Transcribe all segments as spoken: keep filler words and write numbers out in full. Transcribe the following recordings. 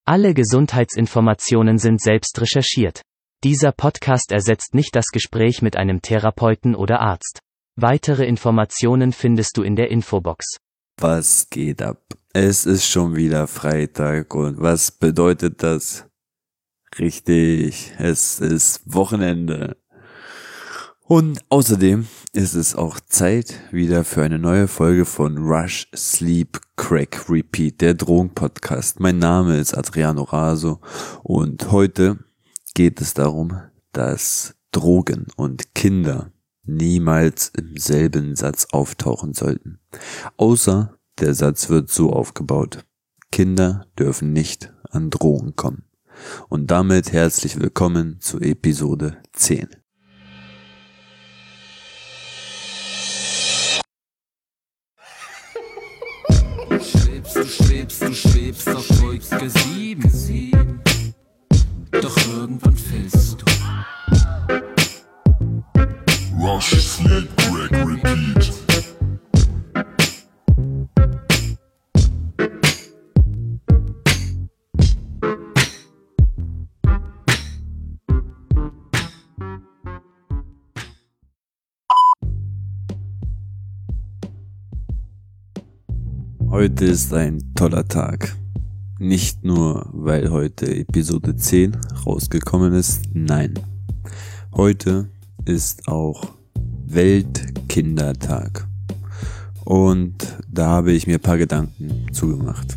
Alle Gesundheitsinformationen sind selbst recherchiert. Dieser Podcast ersetzt nicht das Gespräch mit einem Therapeuten oder Arzt. Weitere Informationen findest du in der Infobox. Was geht ab? Es ist schon wieder Freitag und was bedeutet das? Richtig, es ist Wochenende. Und außerdem ist es auch Zeit wieder für eine neue Folge von Rush, Sleep, Crack, Repeat, der Drogen-Podcast. Mein Name ist Adriano Raso und heute geht es darum, dass Drogen und Kinder niemals im selben Satz auftauchen sollten. Außer der Satz wird so aufgebaut: Kinder dürfen nicht an Drogen kommen. Und damit herzlich willkommen zu Episode zehn. Du schwebst, du schwebst, du schwebst auf Wolke sieben. Doch irgendwann fällst du. Rush, Sleep, Crack, Repeat. Heute ist ein toller Tag. Nicht nur, weil heute Episode zehn rausgekommen ist, nein. Heute ist auch Weltkindertag. Und da habe ich mir ein paar Gedanken zugemacht.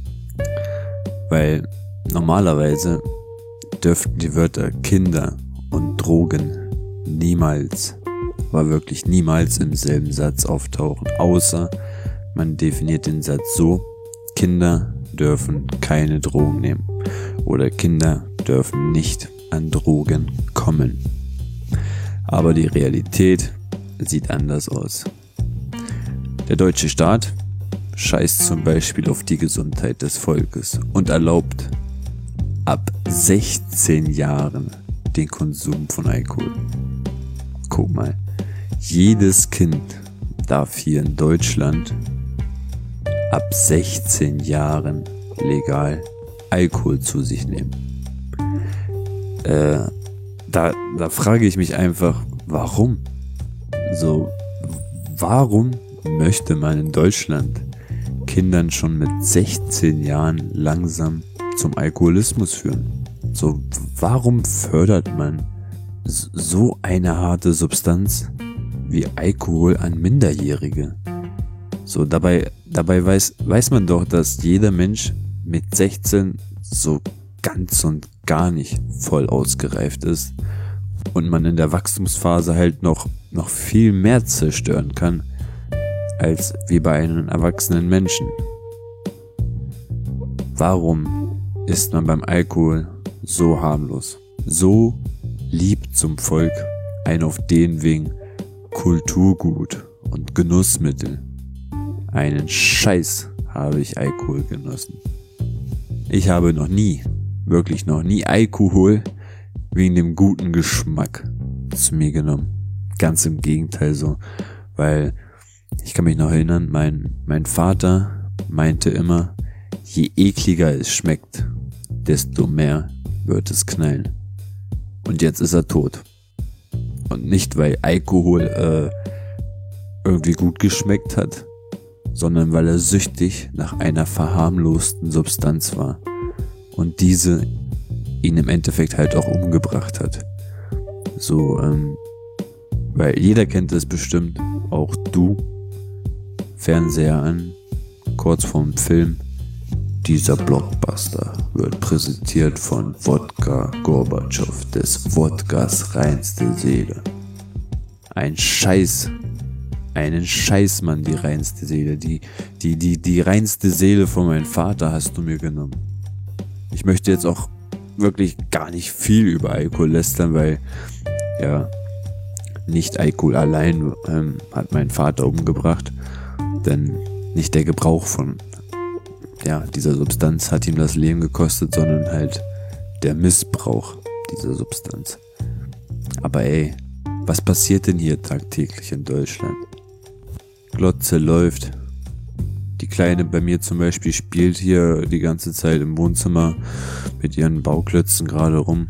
Weil normalerweise dürften die Wörter Kinder und Drogen niemals, aber wirklich niemals im selben Satz auftauchen, außer man definiert den Satz so: Kinder dürfen keine Drogen nehmen oder Kinder dürfen nicht an Drogen kommen. Aber die Realität sieht anders aus. Der deutsche Staat scheißt zum Beispiel auf die Gesundheit des Volkes und erlaubt ab sechzehn Jahren den Konsum von Alkohol. Guck mal, jedes Kind darf hier in Deutschland ab sechzehn Jahren legal Alkohol zu sich nehmen. Äh, da, da frage ich mich einfach, warum? So, warum möchte man in Deutschland Kindern schon mit sechzehn Jahren langsam zum Alkoholismus führen? So, warum fördert man so eine harte Substanz wie Alkohol an Minderjährige? So, dabei, dabei weiß, weiß man doch, dass jeder Mensch mit sechzehn so ganz und gar nicht voll ausgereift ist und man in der Wachstumsphase halt noch, noch viel mehr zerstören kann, als wie bei einem erwachsenen Menschen. Warum ist man beim Alkohol so harmlos, so lieb zum Volk, ein auf den wegen Kulturgut und Genussmittel? Einen Scheiß habe ich Alkohol genossen. Ich habe noch nie, wirklich noch nie Alkohol wegen dem guten Geschmack zu mir genommen. Ganz im Gegenteil so, weil ich kann mich noch erinnern, mein, mein Vater meinte immer, je ekliger es schmeckt, desto mehr wird es knallen. Und jetzt ist er tot. Und nicht, weil Alkohol äh, irgendwie gut geschmeckt hat, sondern weil er süchtig nach einer verharmlosten Substanz war und diese ihn im Endeffekt halt auch umgebracht hat. So, ähm, weil jeder kennt es bestimmt, auch du, Fernseher an, kurz vorm Film, dieser Blockbuster wird präsentiert von Wodka Gorbatschow, des Wodkas reinste Seele. Ein Scheiß. Einen Scheiß, Mann, die reinste Seele. Die, die, die, die reinste Seele von meinem Vater hast du mir genommen. Ich möchte jetzt auch wirklich gar nicht viel über Alkohol lästern, weil, ja, nicht Alkohol allein ähm, hat meinen Vater umgebracht, denn nicht der Gebrauch von, ja, dieser Substanz hat ihm das Leben gekostet, sondern halt der Missbrauch dieser Substanz. Aber ey, was passiert denn hier tagtäglich in Deutschland? Glotze läuft, Die Kleine bei mir zum Beispiel spielt hier die ganze Zeit im Wohnzimmer mit ihren Bauklötzen gerade rum.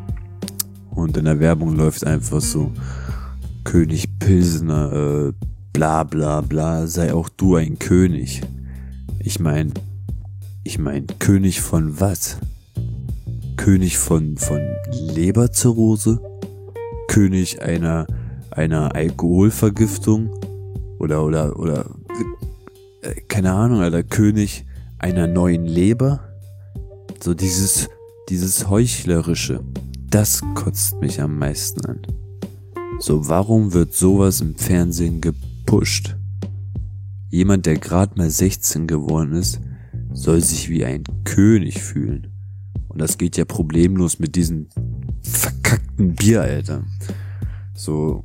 Und in der Werbung läuft einfach so: König Pilsener, äh, bla bla bla, sei auch du ein König. Ich mein, ich mein, König von was? König von, von Leberzirrhose? König einer, einer Alkoholvergiftung? Oder, oder, oder, äh, keine Ahnung, Alter, König einer neuen Leber? So dieses, dieses Heuchlerische, das kotzt mich am meisten an. So, warum wird sowas im Fernsehen gepusht? Jemand, der gerade mal sechzehn geworden ist, soll sich wie ein König fühlen. Und das geht ja problemlos mit diesem verkackten Bier, Alter. So,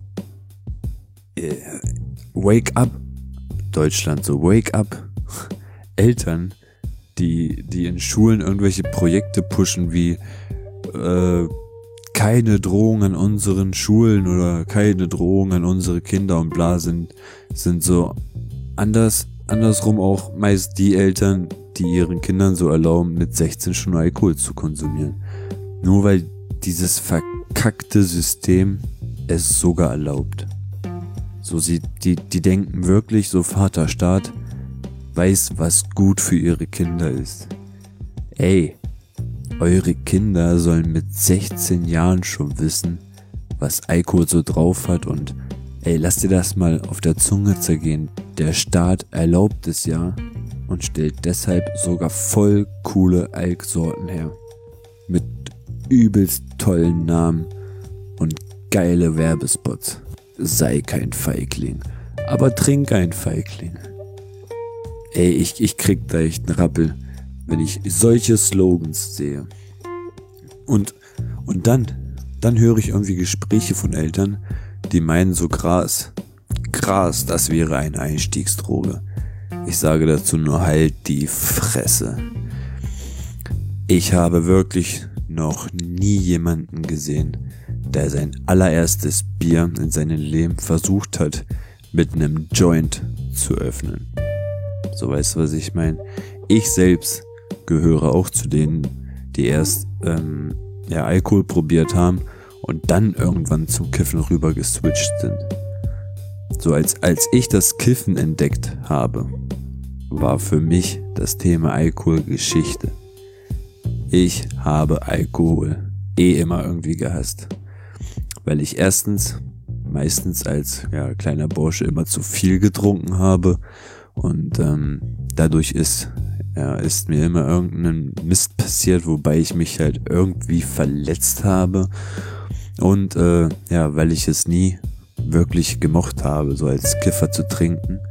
äh, wake up, Deutschland, so wake up. Eltern, die, die in Schulen irgendwelche Projekte pushen wie, äh, keine Drohung an unseren Schulen oder keine Drohung an unsere Kinder und bla, sind, sind so anders, andersrum auch meist die Eltern, die ihren Kindern so erlauben, mit sechzehn schon Alkohol zu konsumieren. Nur weil dieses verkackte System es sogar erlaubt. So, sie, die, die denken wirklich, so Vaterstaat weiß, was gut für ihre Kinder ist. Ey, eure Kinder sollen mit sechzehn Jahren schon wissen, was Alkohol so drauf hat, und ey, lass dir das mal auf der Zunge zergehen. Der Staat erlaubt es ja und stellt deshalb sogar voll coole Alksorten her. Mit übelst tollen Namen und geile Werbespots. Sei kein Feigling, aber trink ein Feigling. Ey, ich, ich krieg da echt einen Rappel, wenn ich solche Slogans sehe. Und, und dann, dann höre ich irgendwie Gespräche von Eltern, die meinen so Gras. Gras, das wäre eine Einstiegsdroge. Ich sage dazu nur: halt die Fresse. Ich habe wirklich noch nie jemanden gesehen, der sein allererstes Bier in seinem Leben versucht hat, mit einem Joint zu öffnen. So, weißt du, was ich meine? Ich selbst gehöre auch zu denen, die erst ähm, ja, Alkohol probiert haben und dann irgendwann zum Kiffen rüber geswitcht sind. So, als, als ich das Kiffen entdeckt habe, war für mich das Thema Alkohol Geschichte. Ich habe Alkohol eh immer irgendwie gehasst, weil ich erstens meistens als ja, kleiner Bursche immer zu viel getrunken habe und ähm, dadurch ist ja, ist mir immer irgendein Mist passiert, wobei ich mich halt irgendwie verletzt habe, und äh, ja, weil ich es nie wirklich gemocht habe, so als Kiffer zu trinken,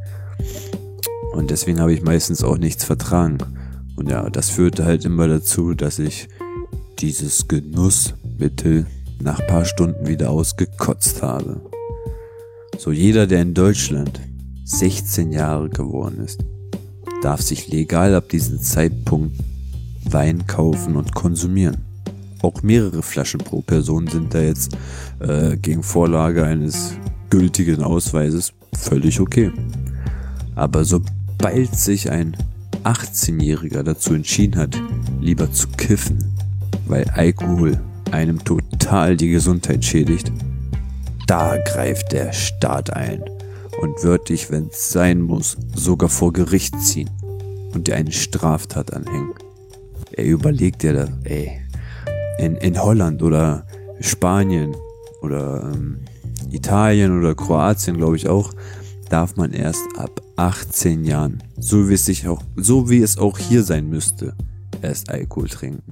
und deswegen habe ich meistens auch nichts vertragen. Und ja, das führte halt immer dazu, dass ich dieses Genussmittel nach ein paar Stunden wieder ausgekotzt habe. So, jeder, der in Deutschland sechzehn Jahre geworden ist, darf sich legal ab diesem Zeitpunkt Wein kaufen und konsumieren. Auch mehrere Flaschen pro Person sind da jetzt äh, gegen Vorlage eines gültigen Ausweises völlig okay. Aber sobald sich ein achtzehnjähriger dazu entschieden hat, lieber zu kiffen, weil Alkohol einem total die Gesundheit schädigt, da greift der Staat ein und wird dich, wenn es sein muss, sogar vor Gericht ziehen und dir eine Straftat anhängen. Er überlegt dir das, ey, in, in Holland oder Spanien oder ähm, Italien oder Kroatien, glaube ich auch, darf man erst ab achtzehn Jahren, so wie es sich auch, so wie es auch hier sein müsste, erst Alkohol trinken.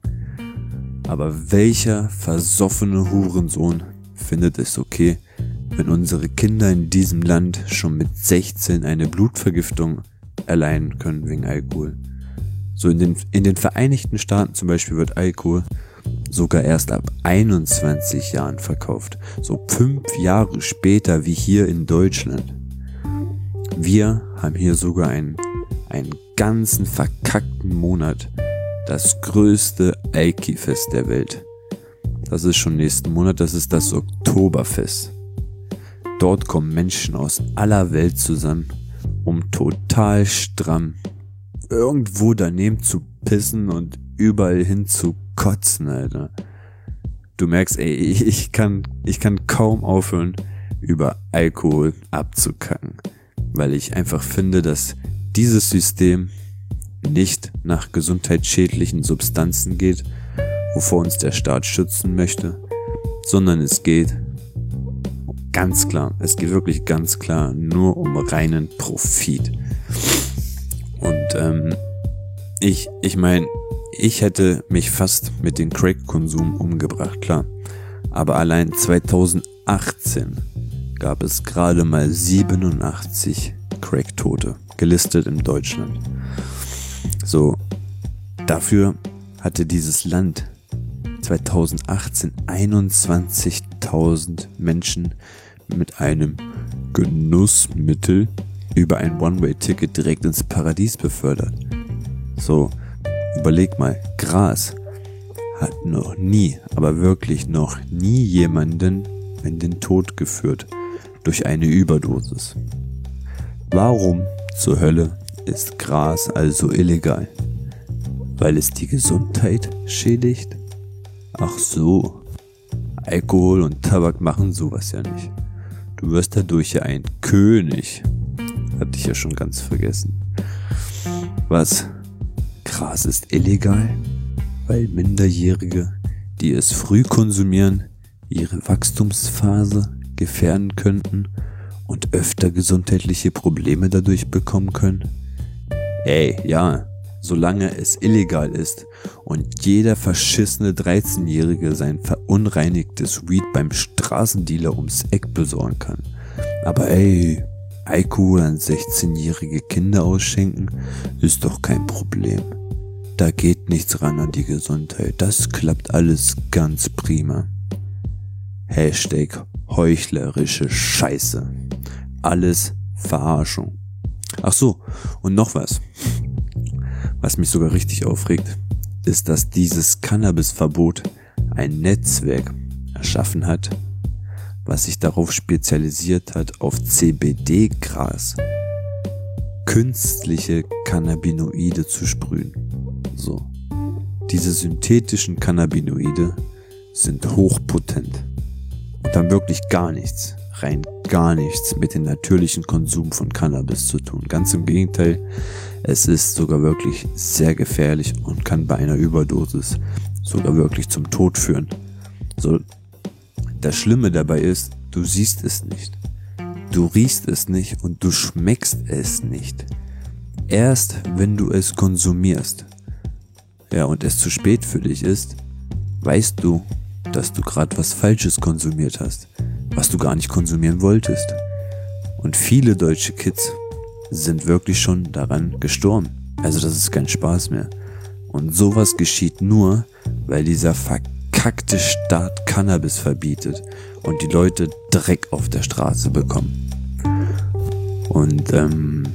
Aber welcher versoffene Hurensohn findet es okay, wenn unsere Kinder in diesem Land schon mit sechzehn eine Blutvergiftung erleiden können wegen Alkohol? So in den, in den Vereinigten Staaten zum Beispiel wird Alkohol sogar erst ab einundzwanzig Jahren verkauft. So fünf Jahre später wie hier in Deutschland. Wir haben hier sogar einen, einen ganzen verkackten Monat das größte Alki-Fest der Welt. Das ist schon nächsten Monat, das ist das Oktoberfest. Dort kommen Menschen aus aller Welt zusammen, um total stramm irgendwo daneben zu pissen und überall hin zu kotzen, Alter. Du merkst, ey, ich kann, ich kann kaum aufhören, über Alkohol abzukacken, weil ich einfach finde, dass dieses System nicht nach gesundheitsschädlichen Substanzen geht, wovor uns der Staat schützen möchte, sondern es geht ganz klar, es geht wirklich ganz klar nur um reinen Profit. Und ähm, ich, ich meine, ich hätte mich fast mit dem Crack-Konsum umgebracht, klar. Aber allein zweitausendachtzehn gab es gerade mal siebenundachtzig Crack-Tote, gelistet in Deutschland. So, dafür hatte dieses Land zweitausendachtzehn einundzwanzigtausend Menschen mit einem Genussmittel über ein One-Way-Ticket direkt ins Paradies befördert. So, überleg mal, Gras hat noch nie, aber wirklich noch nie jemanden in den Tod geführt durch eine Überdosis. Warum zur Hölle ist Gras also illegal? Weil es die Gesundheit schädigt? Ach so, Alkohol und Tabak machen sowas ja nicht. Du wirst dadurch ja ein König. Hatte ich ja schon ganz vergessen. Was? Gras ist illegal? Weil Minderjährige, die es früh konsumieren, ihre Wachstumsphase gefährden könnten und öfter gesundheitliche Probleme dadurch bekommen können? Ey, ja, solange es illegal ist und jeder verschissene dreizehnjährige sein verunreinigtes Weed beim Straßendealer ums Eck besorgen kann. Aber ey, Alkohol an sechzehnjährige Kinder ausschenken ist doch kein Problem. Da geht nichts ran an die Gesundheit. Das klappt alles ganz prima. Hashtag heuchlerische Scheiße. Alles Verarschung. Ach so, und noch was. Was mich sogar richtig aufregt, ist, dass dieses Cannabisverbot ein Netzwerk erschaffen hat, was sich darauf spezialisiert hat, auf C B D-Gras künstliche Cannabinoide zu sprühen. So. Diese synthetischen Cannabinoide sind hochpotent und haben wirklich gar nichts, rein gar nichts mit dem natürlichen Konsum von Cannabis zu tun. Ganz im Gegenteil, es ist sogar wirklich sehr gefährlich und kann bei einer Überdosis sogar wirklich zum Tod führen. So. Das Schlimme dabei ist, du siehst es nicht, du riechst es nicht und du schmeckst es nicht. Erst wenn du es konsumierst, ja, und es zu spät für dich ist, weißt du, dass du gerade was Falsches konsumiert hast, was du gar nicht konsumieren wolltest. Und viele deutsche Kids sind wirklich schon daran gestorben. Also das ist kein Spaß mehr. Und sowas geschieht nur, weil dieser Fakt kackte Staat Cannabis verbietet und die Leute Dreck auf der Straße bekommen. Und ähm,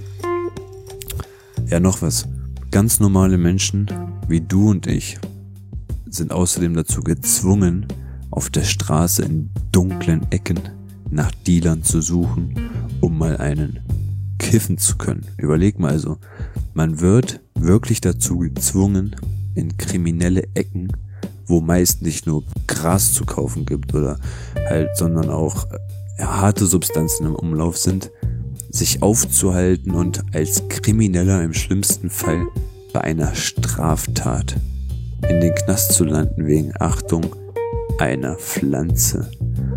ja, noch was. Ganz normale Menschen wie du und ich sind außerdem dazu gezwungen, auf der Straße in dunklen Ecken nach Dealern zu suchen, um mal einen kiffen zu können. Überleg mal also, man wird wirklich dazu gezwungen, in kriminelle Ecken, wo meist nicht nur Gras zu kaufen gibt oder halt, sondern auch ja, harte Substanzen im Umlauf sind, sich aufzuhalten und als Krimineller im schlimmsten Fall bei einer Straftat in den Knast zu landen wegen, Achtung, einer Pflanze.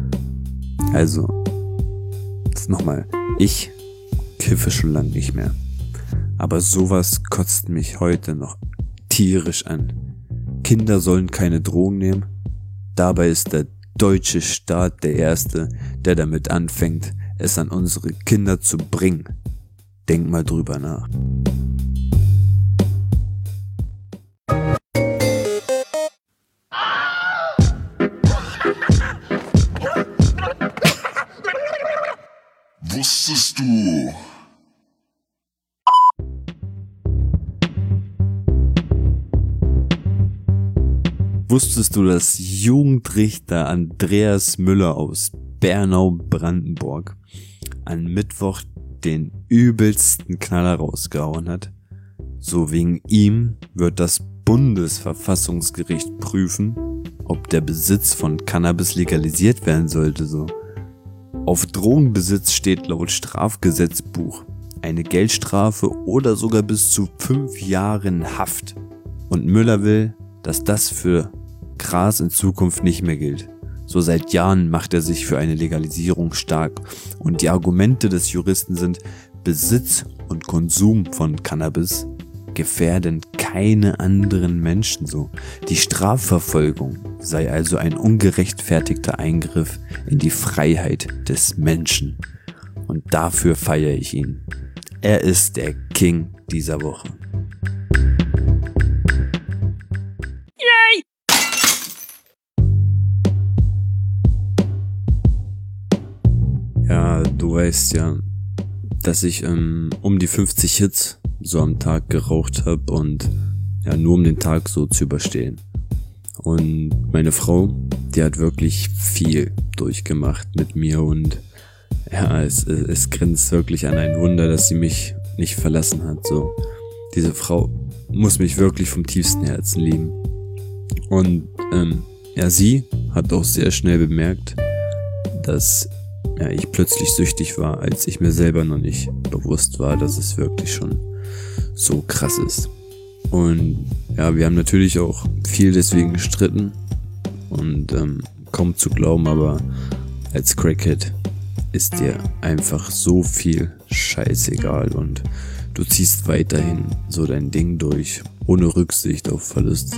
Also, das nochmal, ich kiffe schon lange nicht mehr, aber sowas kotzt mich heute noch tierisch an. Kinder sollen keine Drogen nehmen. Dabei ist der deutsche Staat der Erste, der damit anfängt, es an unsere Kinder zu bringen. Denk mal drüber nach. Wusstest du? Wusstest du, dass Jugendrichter Andreas Müller aus Bernau-Brandenburg an Mittwoch, den übelsten Knaller rausgehauen hat. So wegen ihm wird das Bundesverfassungsgericht prüfen, ob der Besitz von Cannabis legalisiert werden sollte, so. Auf Drogenbesitz steht laut Strafgesetzbuch eine Geldstrafe oder sogar bis zu fünf Jahren Haft. Und Müller will, dass das für Gras in Zukunft nicht mehr gilt. So seit Jahren macht er sich für eine Legalisierung stark. Und die Argumente des Juristen sind, Besitz und Konsum von Cannabis gefährden keine anderen Menschen so. Die Strafverfolgung sei also ein ungerechtfertigter Eingriff in die Freiheit des Menschen. Und dafür feiere ich ihn. Er ist der King dieser Woche. Yay! Ja, du weißt ja, dass ich ähm, um die fünfzig Hits so am Tag geraucht habe und ja, nur um den Tag so zu überstehen. Und meine Frau, die hat wirklich viel durchgemacht mit mir und ja, es, es grenzt wirklich an ein Wunder, dass sie mich nicht verlassen hat. So, diese Frau muss mich wirklich vom tiefsten Herzen lieben. Und ähm, ja, sie hat auch sehr schnell bemerkt, dass ja, ich plötzlich süchtig war, als ich mir selber noch nicht bewusst war, dass es wirklich schon so krass ist. Und ja, wir haben natürlich auch viel deswegen gestritten und ähm, kaum zu glauben, aber als Crackhead ist dir einfach so viel scheißegal und du ziehst weiterhin so dein Ding durch, ohne Rücksicht auf Verluste.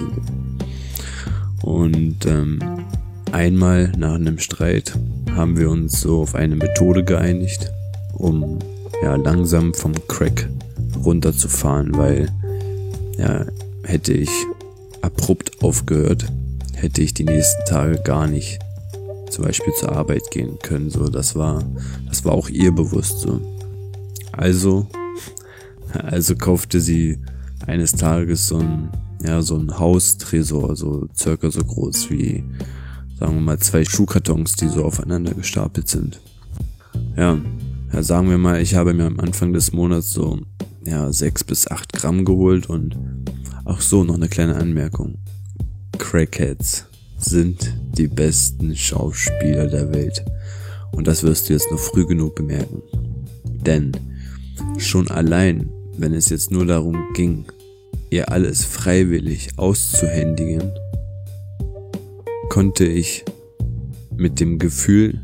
Und ähm, einmal nach einem Streit haben wir uns so auf eine Methode geeinigt, um ja langsam vom Crack runterzufahren, weil ja, hätte ich abrupt aufgehört, hätte ich die nächsten Tage gar nicht zum Beispiel zur Arbeit gehen können. So, das war, das war auch ihr bewusst so. Also, also kaufte sie eines Tages so ein, ja, so ein Haustresor, so circa so groß wie, sagen wir mal, zwei Schuhkartons, die so aufeinander gestapelt sind. Ja, ja, sagen wir mal, ich habe mir am Anfang des Monats so, ja, sechs bis acht Gramm geholt und auch so noch eine kleine Anmerkung. Crackheads sind die besten Schauspieler der Welt. Und das wirst du jetzt noch früh genug bemerken. Denn schon allein, wenn es jetzt nur darum ging, ihr alles freiwillig auszuhändigen, konnte ich mit dem Gefühl,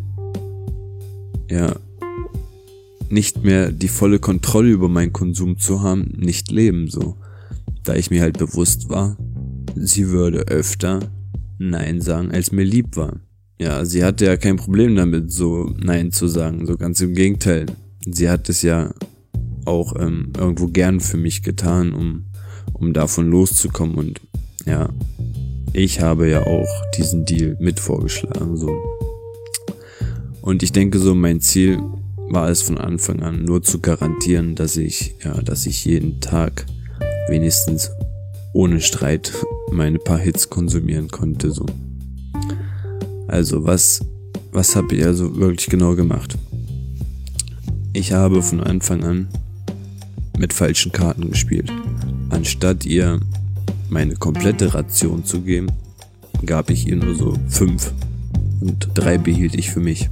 ja, nicht mehr die volle Kontrolle über meinen Konsum zu haben, nicht leben, so. Da ich mir halt bewusst war, sie würde öfter Nein sagen, als mir lieb war. Ja, sie hatte ja kein Problem damit, so Nein zu sagen, so ganz im Gegenteil. Sie hat es ja auch ähm, irgendwo gern für mich getan, um, um davon loszukommen und ja, ich habe ja auch diesen Deal mit vorgeschlagen, so. Und ich denke so, mein Ziel war es von Anfang an nur zu garantieren, dass ich, ja, dass ich jeden Tag wenigstens ohne Streit meine paar Hits konsumieren konnte, so. Also was, was habe ich also wirklich genau gemacht? Ich habe von Anfang an mit falschen Karten gespielt. Anstatt ihr meine komplette Ration zu geben, gab ich ihr nur so fünf und drei behielt ich für mich.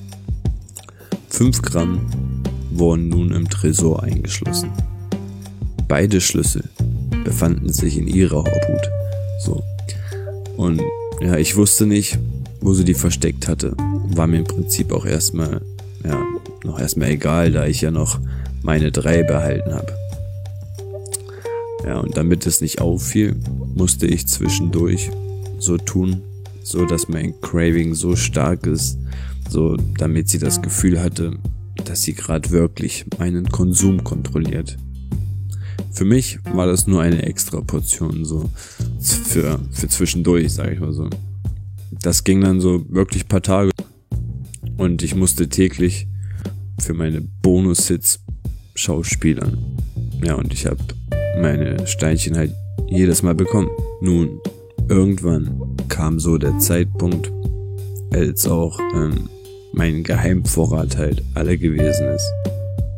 Fünf Gramm wurden nun im Tresor eingeschlossen. Beide Schlüssel befanden sich in ihrer Obhut. So. Und ja, ich wusste nicht, wo sie die versteckt hatte. War mir im Prinzip auch erstmal, ja, noch erstmal egal, da ich ja noch meine drei behalten habe. Ja, und damit es nicht auffiel, musste ich zwischendurch so tun, so dass mein Craving so stark ist, so damit sie das Gefühl hatte, dass sie gerade wirklich meinen Konsum kontrolliert. Für mich war das nur eine extra Portion, so für, für zwischendurch, sag ich mal so. Das ging dann so wirklich paar Tage und ich musste täglich für meine Bonus-Hits schauspielern. Ja, und ich habe meine Steinchen halt jedes Mal bekommen. Nun, irgendwann kam so der Zeitpunkt, als auch ähm, mein Geheimvorrat halt alle gewesen ist.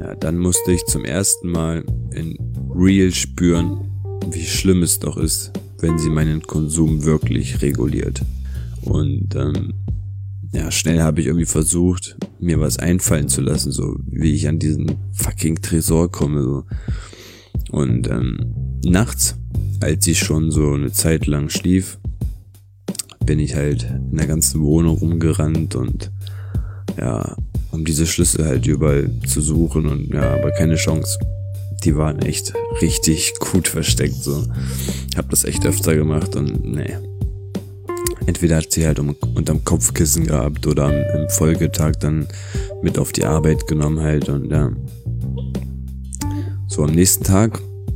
Ja, dann musste ich zum ersten Mal in Real spüren, wie schlimm es doch ist, wenn sie meinen Konsum wirklich reguliert. Und ähm, ja, schnell habe ich irgendwie versucht, mir was einfallen zu lassen, so wie ich an diesen fucking Tresor komme. So. Und ähm, nachts, als sie schon so eine Zeit lang schlief, bin ich halt in der ganzen Wohnung rumgerannt und ja, um diese Schlüssel halt überall zu suchen und ja, aber keine Chance. Die waren echt richtig gut versteckt, so. Hab das echt öfter gemacht und nee. Entweder hat sie halt um, unterm Kopfkissen gehabt oder am, im Folgetag dann mit auf die Arbeit genommen halt und ja. So, am nächsten Tag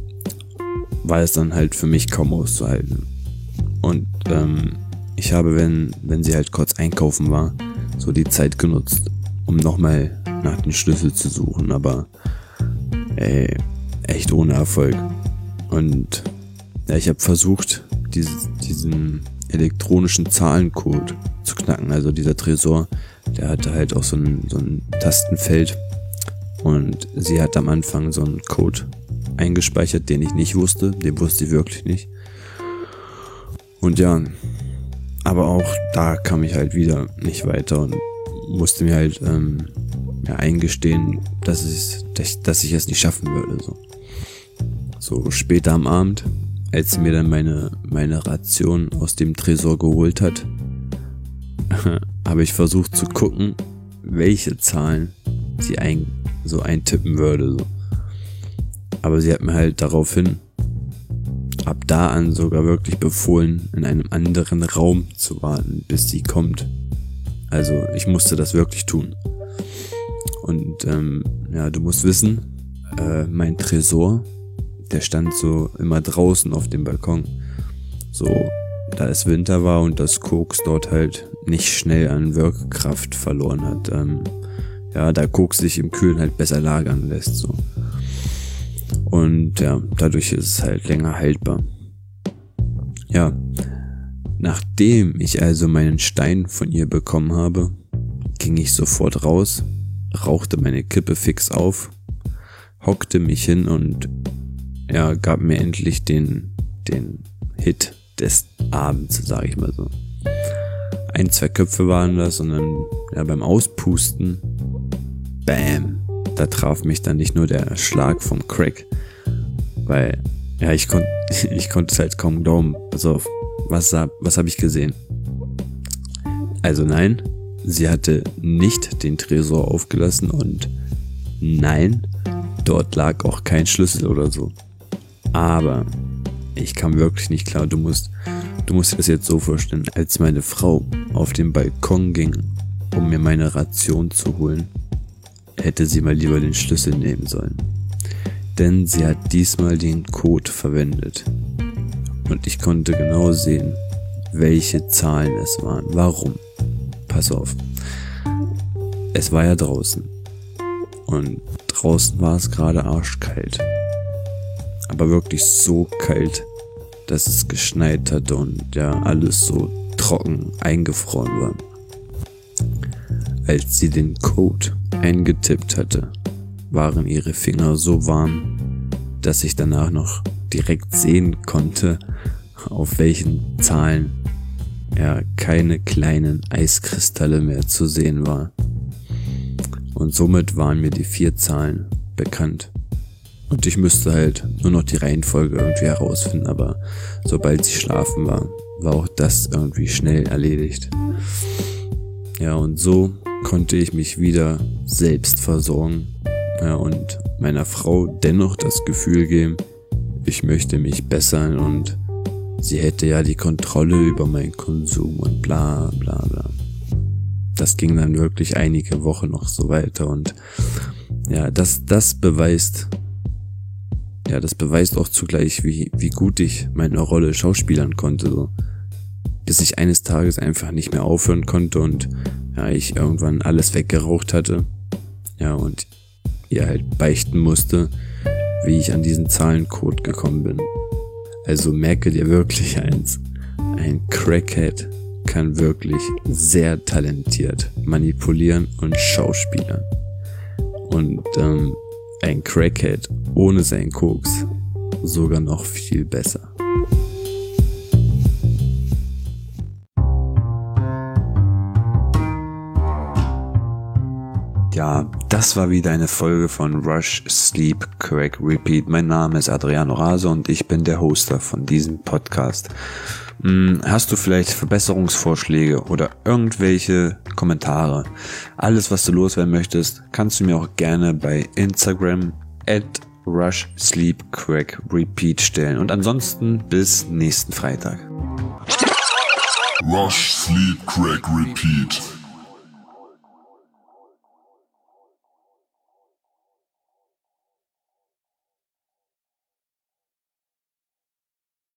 war es dann halt für mich kaum auszuhalten. Und ähm, ich habe, wenn, wenn sie halt kurz einkaufen war, so die Zeit genutzt, um nochmal nach den Schlüssel zu suchen, aber ey, echt ohne Erfolg. Und ja, ich habe versucht, dieses, diesen elektronischen Zahlencode zu knacken. Also dieser Tresor, der hatte halt auch so ein, so ein Tastenfeld und sie hat am Anfang so einen Code eingespeichert, den ich nicht wusste, den wusste ich wirklich nicht. Und ja, aber auch da kam ich halt wieder nicht weiter und musste mir halt ähm, ja, eingestehen, dass, es, dass, dass ich es nicht schaffen würde. So, so später am Abend, als sie mir dann meine, meine Ration aus dem Tresor geholt hat, habe ich versucht zu gucken, welche Zahlen sie ein, so eintippen würde. So. Aber sie hat mir halt daraufhin ab da an sogar wirklich befohlen, in einem anderen Raum zu warten, bis sie kommt. Also ich musste das wirklich tun. Und ähm, ja, du musst wissen, äh, mein Tresor, der stand so immer draußen auf dem Balkon. So, da es Winter war und das Koks dort halt nicht schnell an Wirkkraft verloren hat. Ähm, ja, da Koks sich im Kühlen halt besser lagern lässt. So. Und ja, dadurch ist es halt länger haltbar. Ja, nachdem ich also meinen Stein von ihr bekommen habe, ging ich sofort raus, rauchte meine Kippe fix auf, hockte mich hin und ja, gab mir endlich den, den Hit des Abends, sag ich mal so. Ein, zwei Köpfe waren das und dann ja, beim Auspusten, bam, da traf mich dann nicht nur der Schlag vom Crack, weil ja, ich konnte ich konnte es halt kaum glauben. Pass auf, was, was habe ich gesehen? Also nein, sie hatte nicht den Tresor aufgelassen und nein, dort lag auch kein Schlüssel oder so. Aber ich kam wirklich nicht klar. Du musst, du musst dir das jetzt so vorstellen, als meine Frau auf den Balkon ging, um mir meine Ration zu holen, hätte sie mal lieber den Schlüssel nehmen sollen. Denn sie hat diesmal den Code verwendet. Und ich konnte genau sehen, welche Zahlen es waren. Warum? Pass auf. Es war ja draußen. Und draußen war es gerade arschkalt. Aber wirklich so kalt, dass es geschneit hatte und ja, alles so trocken eingefroren war. Als sie den Code eingetippt hatte, waren ihre Finger so warm, dass ich danach noch direkt sehen konnte, auf welchen Zahlen ja keine kleinen Eiskristalle mehr zu sehen war. Und somit waren mir die vier Zahlen bekannt. Und ich müsste halt nur noch die Reihenfolge irgendwie herausfinden, aber sobald sie schlafen war, war auch das irgendwie schnell erledigt. Ja, und so konnte ich mich wieder selbst versorgen, ja, und meiner Frau dennoch das Gefühl geben, ich möchte mich bessern und sie hätte ja die Kontrolle über meinen Konsum und bla bla bla. Das ging dann wirklich einige Wochen noch so weiter und ja, das, das beweist, ja, das beweist auch zugleich, wie, wie gut ich meine Rolle schauspielern konnte, so. Bis ich eines Tages einfach nicht mehr aufhören konnte und ja, ich irgendwann alles weggeraucht hatte, ja, und ihr halt beichten musste, wie ich an diesen Zahlencode gekommen bin. Also merke dir wirklich eins, ein Crackhead kann wirklich sehr talentiert manipulieren und schauspielern. Und ähm, ein Crackhead ohne seinen Koks sogar noch viel besser. Ja, das war wieder eine Folge von Rush, Sleep, Crack, Repeat. Mein Name ist Adriano Rase und ich bin der Hoster von diesem Podcast. Hast du vielleicht Verbesserungsvorschläge oder irgendwelche Kommentare? Alles, was du loswerden möchtest, kannst du mir auch gerne bei Instagram at Rush, Sleep, Crack, Repeat stellen. Und ansonsten bis nächsten Freitag. Rush, Sleep, Crack, Repeat.